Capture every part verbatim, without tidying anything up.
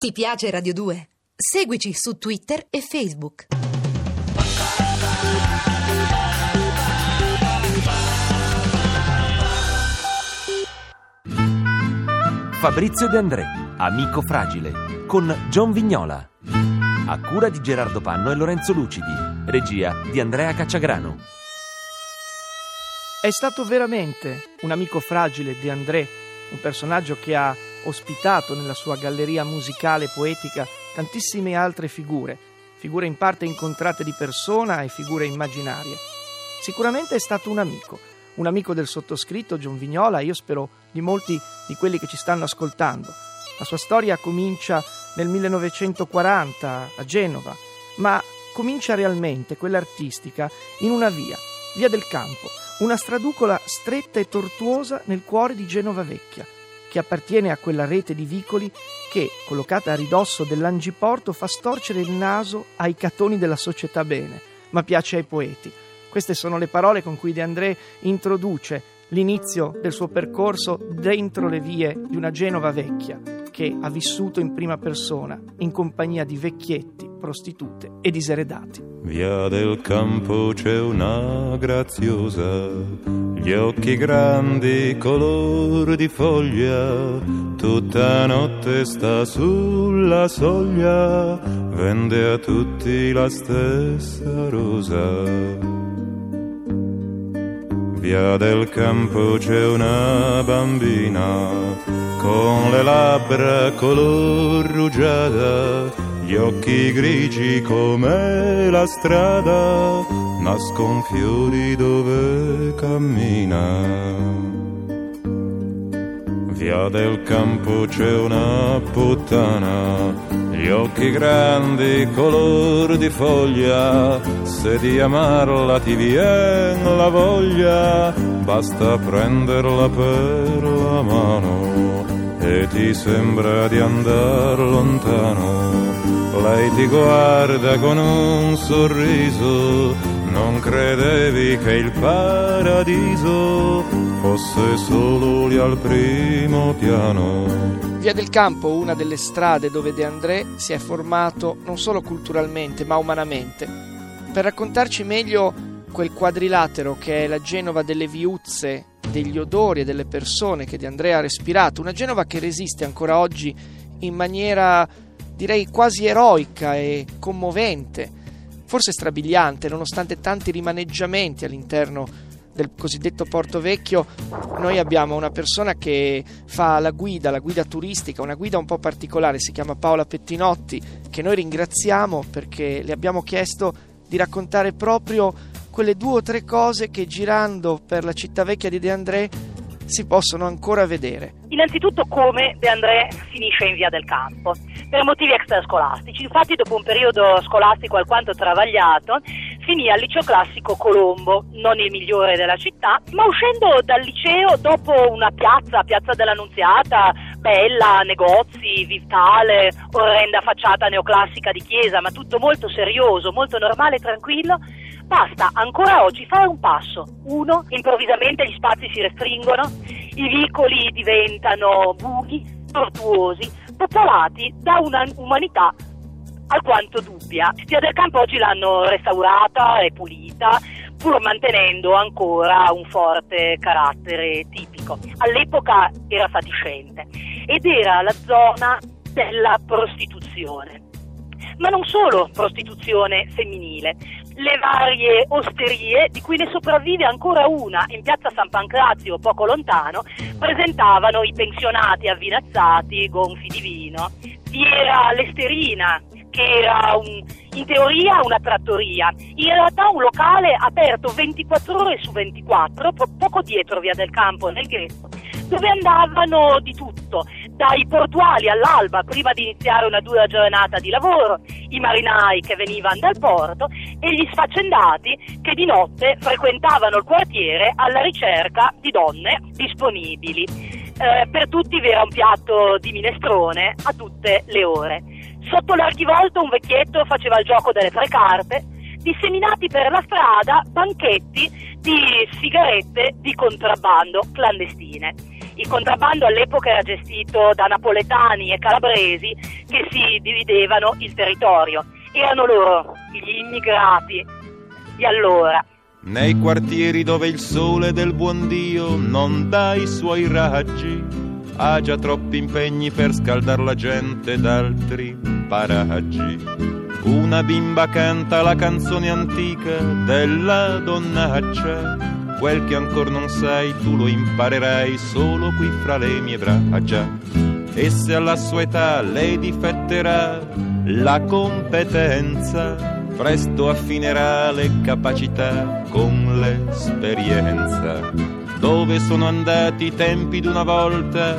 Ti piace Radio due? Seguici su Twitter e Facebook. Fabrizio De André, amico fragile, con John Vignola. A cura di Gerardo Panno e Lorenzo Lucidi. Regia di Andrea Cacciagrano. È stato veramente un amico fragile De André, un personaggio che ha ospitato nella sua galleria musicale e poetica tantissime altre figure, figure in parte incontrate di persona e figure immaginarie. Sicuramente è stato un amico, un amico del sottoscritto John Vignola, e io spero di molti di quelli che ci stanno ascoltando. La sua storia comincia nel millenovecentoquaranta a Genova, ma comincia realmente, quella artistica, in una via, Via del Campo, una straducola stretta e tortuosa nel cuore di Genova Vecchia, che appartiene a quella rete di vicoli che, collocata a ridosso dell'Angiporto, fa storcere il naso ai catoni della società bene, ma piace ai poeti. Queste sono le parole con cui De André introduce l'inizio del suo percorso dentro le vie di una Genova vecchia, che ha vissuto in prima persona, in compagnia di vecchietti, prostitute e diseredati. Via del Campo c'è una graziosa, gli occhi grandi color di foglia, tutta notte sta sulla soglia, vende a tutti la stessa rosa. Via del Campo c'è una bambina con le labbra color rugiada, gli occhi grigi come la strada, nascon fiori dove cammina. Via del Campo c'è una puttana, gli occhi grandi color di foglia, se di amarla ti vien la voglia, basta prenderla per la mano e ti sembra di andar lontano. Lei ti guarda con un sorriso, non credevi che il paradiso fosse solo lì al primo piano. Via del Campo, una delle strade dove De André si è formato non solo culturalmente ma umanamente. Per raccontarci meglio quel quadrilatero che è la Genova delle viuzze, degli odori e delle persone che De André ha respirato, una Genova che resiste ancora oggi in maniera, direi, quasi eroica e commovente, forse strabiliante, nonostante tanti rimaneggiamenti all'interno del cosiddetto Porto Vecchio. Noi abbiamo una persona che fa la guida, la guida turistica, una guida un po' particolare, si chiama Paola Pettinotti, che noi ringraziamo perché le abbiamo chiesto di raccontare proprio quelle due o tre cose che girando per la città vecchia di De André si possono ancora vedere. Innanzitutto come De André finisce in Via del Campo, per motivi extrascolastici. Infatti dopo un periodo scolastico alquanto travagliato finì al liceo classico Colombo, non il migliore della città, ma uscendo dal liceo dopo una piazza, piazza dell'Annunziata, bella, negozi, vitale, orrenda facciata neoclassica di chiesa, ma tutto molto serioso, molto normale e tranquillo, basta ancora oggi fare un passo. Uno, improvvisamente gli spazi si restringono, i vicoli diventano bughi, tortuosi, popolati da una umanità alquanto dubbia. Via del Campo oggi l'hanno restaurata e pulita, pur mantenendo ancora un forte carattere tipico. All'epoca era fatiscente ed era la zona della prostituzione, ma non solo prostituzione femminile. Le varie osterie, di cui ne sopravvive ancora una in piazza San Pancrazio, poco lontano, presentavano i pensionati avvinazzati gonfi di vino. Vi era l'Esterina, che era un, in teoria una trattoria, in realtà un locale aperto ventiquattro ore su ventiquattro, po- poco dietro Via del Campo, nel ghetto, dove andavano di tutto, dai portuali all'alba prima di iniziare una dura giornata di lavoro, i marinai che venivano dal porto e gli sfaccendati che di notte frequentavano il quartiere alla ricerca di donne disponibili. Eh, per tutti vi era un piatto di minestrone a tutte le ore. Sotto l'archivolto un vecchietto faceva il gioco delle tre carte, disseminati per la strada banchetti di sigarette di contrabbando clandestine. Il contrabbando all'epoca era gestito da napoletani e calabresi che si dividevano il territorio. Erano loro gli immigrati di allora. Nei quartieri dove il sole del buon Dio non dà i suoi raggi, ha già troppi impegni per scaldar la gente d'altri paraggi. Una bimba canta la canzone antica della donnaccia, quel che ancor non sai tu lo imparerai solo qui fra le mie braccia. E se alla sua età lei difetterà la competenza, presto affinerà le capacità con l'esperienza. Dove sono andati i tempi d'una volta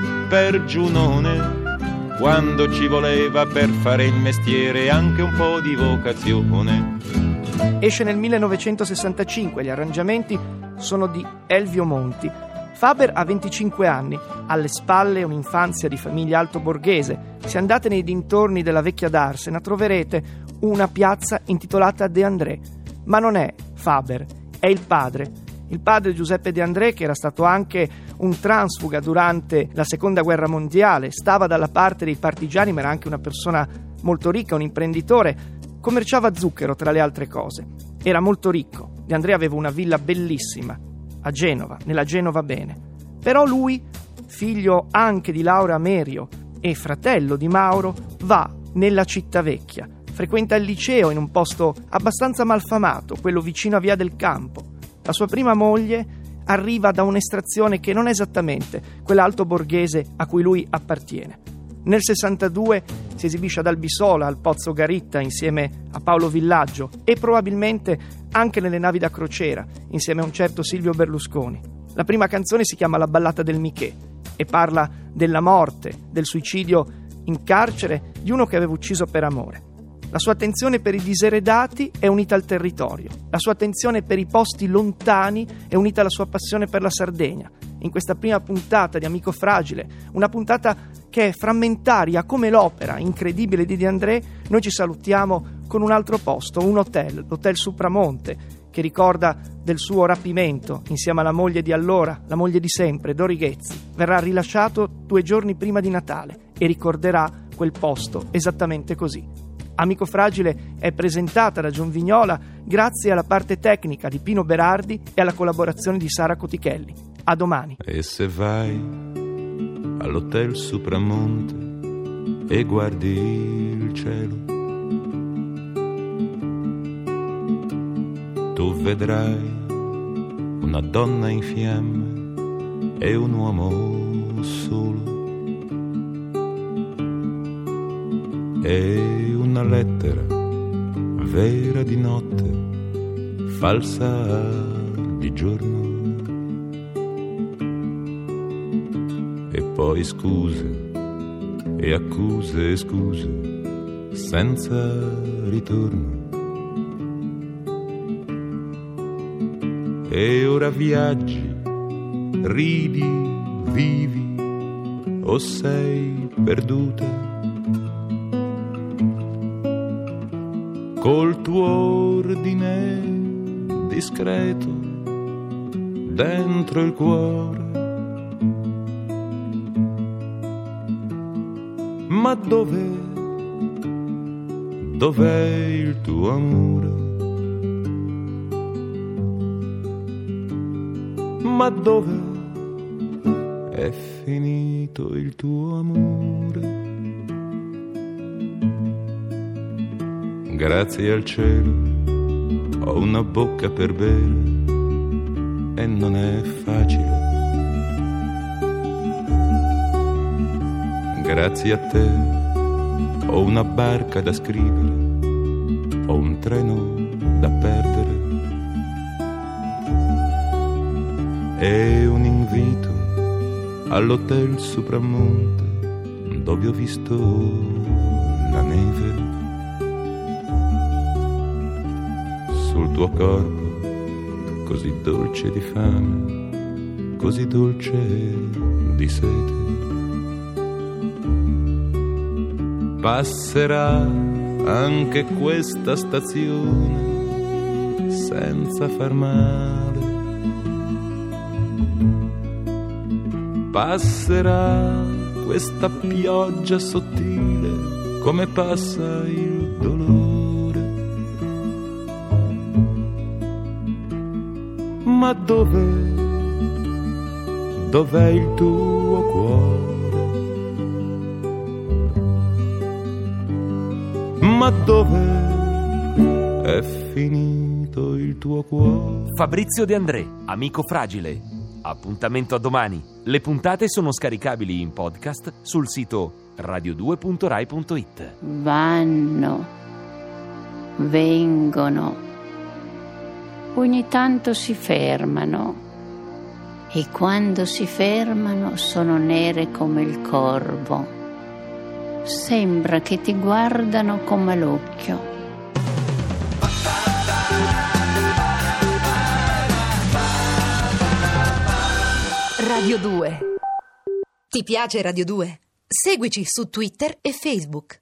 per Giunone, quando ci voleva per fare il mestiere anche un po' di vocazione. Esce nel millenovecentosessantacinque, gli arrangiamenti sono di Elvio Monti. Faber ha venticinque anni, alle spalle un'infanzia di famiglia altoborghese. Se andate nei dintorni della vecchia Darsena troverete una piazza intitolata De André. Ma non è Faber, è il padre. Il padre Giuseppe De André, che era stato anche un transfuga durante la seconda guerra mondiale, stava dalla parte dei partigiani, ma era anche una persona molto ricca, un imprenditore, commerciava zucchero tra le altre cose. Era molto ricco. De André aveva una villa bellissima a Genova, nella Genova Bene. Però lui, figlio anche di Laura Amerio e fratello di Mauro, va nella città vecchia. Frequenta il liceo in un posto abbastanza malfamato, quello vicino a Via del Campo. La sua prima moglie arriva da un'estrazione che non è esattamente quella altoborghese a cui lui appartiene. Nel sessantadue si esibisce ad Albisola, al Pozzo Garitta, insieme a Paolo Villaggio e probabilmente anche nelle navi da crociera, insieme a un certo Silvio Berlusconi. La prima canzone si chiama La ballata del Michè e parla della morte, del suicidio in carcere di uno che aveva ucciso per amore. La sua attenzione per i diseredati è unita al territorio. La sua attenzione per i posti lontani è unita alla sua passione per la Sardegna. In questa prima puntata di Amico Fragile, una puntata che è frammentaria come l'opera incredibile di De André, noi ci salutiamo con un altro posto, un hotel, l'Hotel Supramonte, che ricorda del suo rapimento insieme alla moglie di allora, la moglie di sempre, Dori Ghezzi. Verrà rilasciato due giorni prima di Natale e ricorderà quel posto esattamente così. Amico Fragile è presentata da John Vignola grazie alla parte tecnica di Pino Berardi e alla collaborazione di Sara Cotichelli. A domani. E se vai all'Hotel Supramonte e guardi il cielo, tu vedrai una donna in fiamme e un uomo solo. E una lettera vera di notte, falsa di giorno. E poi scuse e accuse e scuse senza ritorno. E ora viaggi, ridi, vivi o sei perduta col tuo ordine discreto dentro il cuore. Ma dov'è, dov'è il tuo amore? Ma dov'è, è finito il tuo amore? Grazie al cielo ho una bocca per bere e non è facile. Grazie a te ho una barca da scrivere, ho un treno da perdere e un invito all'Hotel Supramonte dove ho visto la neve sul tuo corpo, così dolce di fame, così dolce di sete. Passerà anche questa stazione senza far male. passerà questa pioggia sottile come passa il dolore. Ma dove, dov'è il tuo cuore? Ma dove è finito il tuo cuore? Fabrizio De André, amico fragile. Appuntamento a domani. Le puntate sono scaricabili in podcast sul sito radio due punto rai punto it. Vanno, vengono, ogni tanto si fermano e quando si fermano sono nere come il corvo. Sembra che ti guardano con malocchio. Radio due. Ti piace Radio due? Seguici su Twitter e Facebook.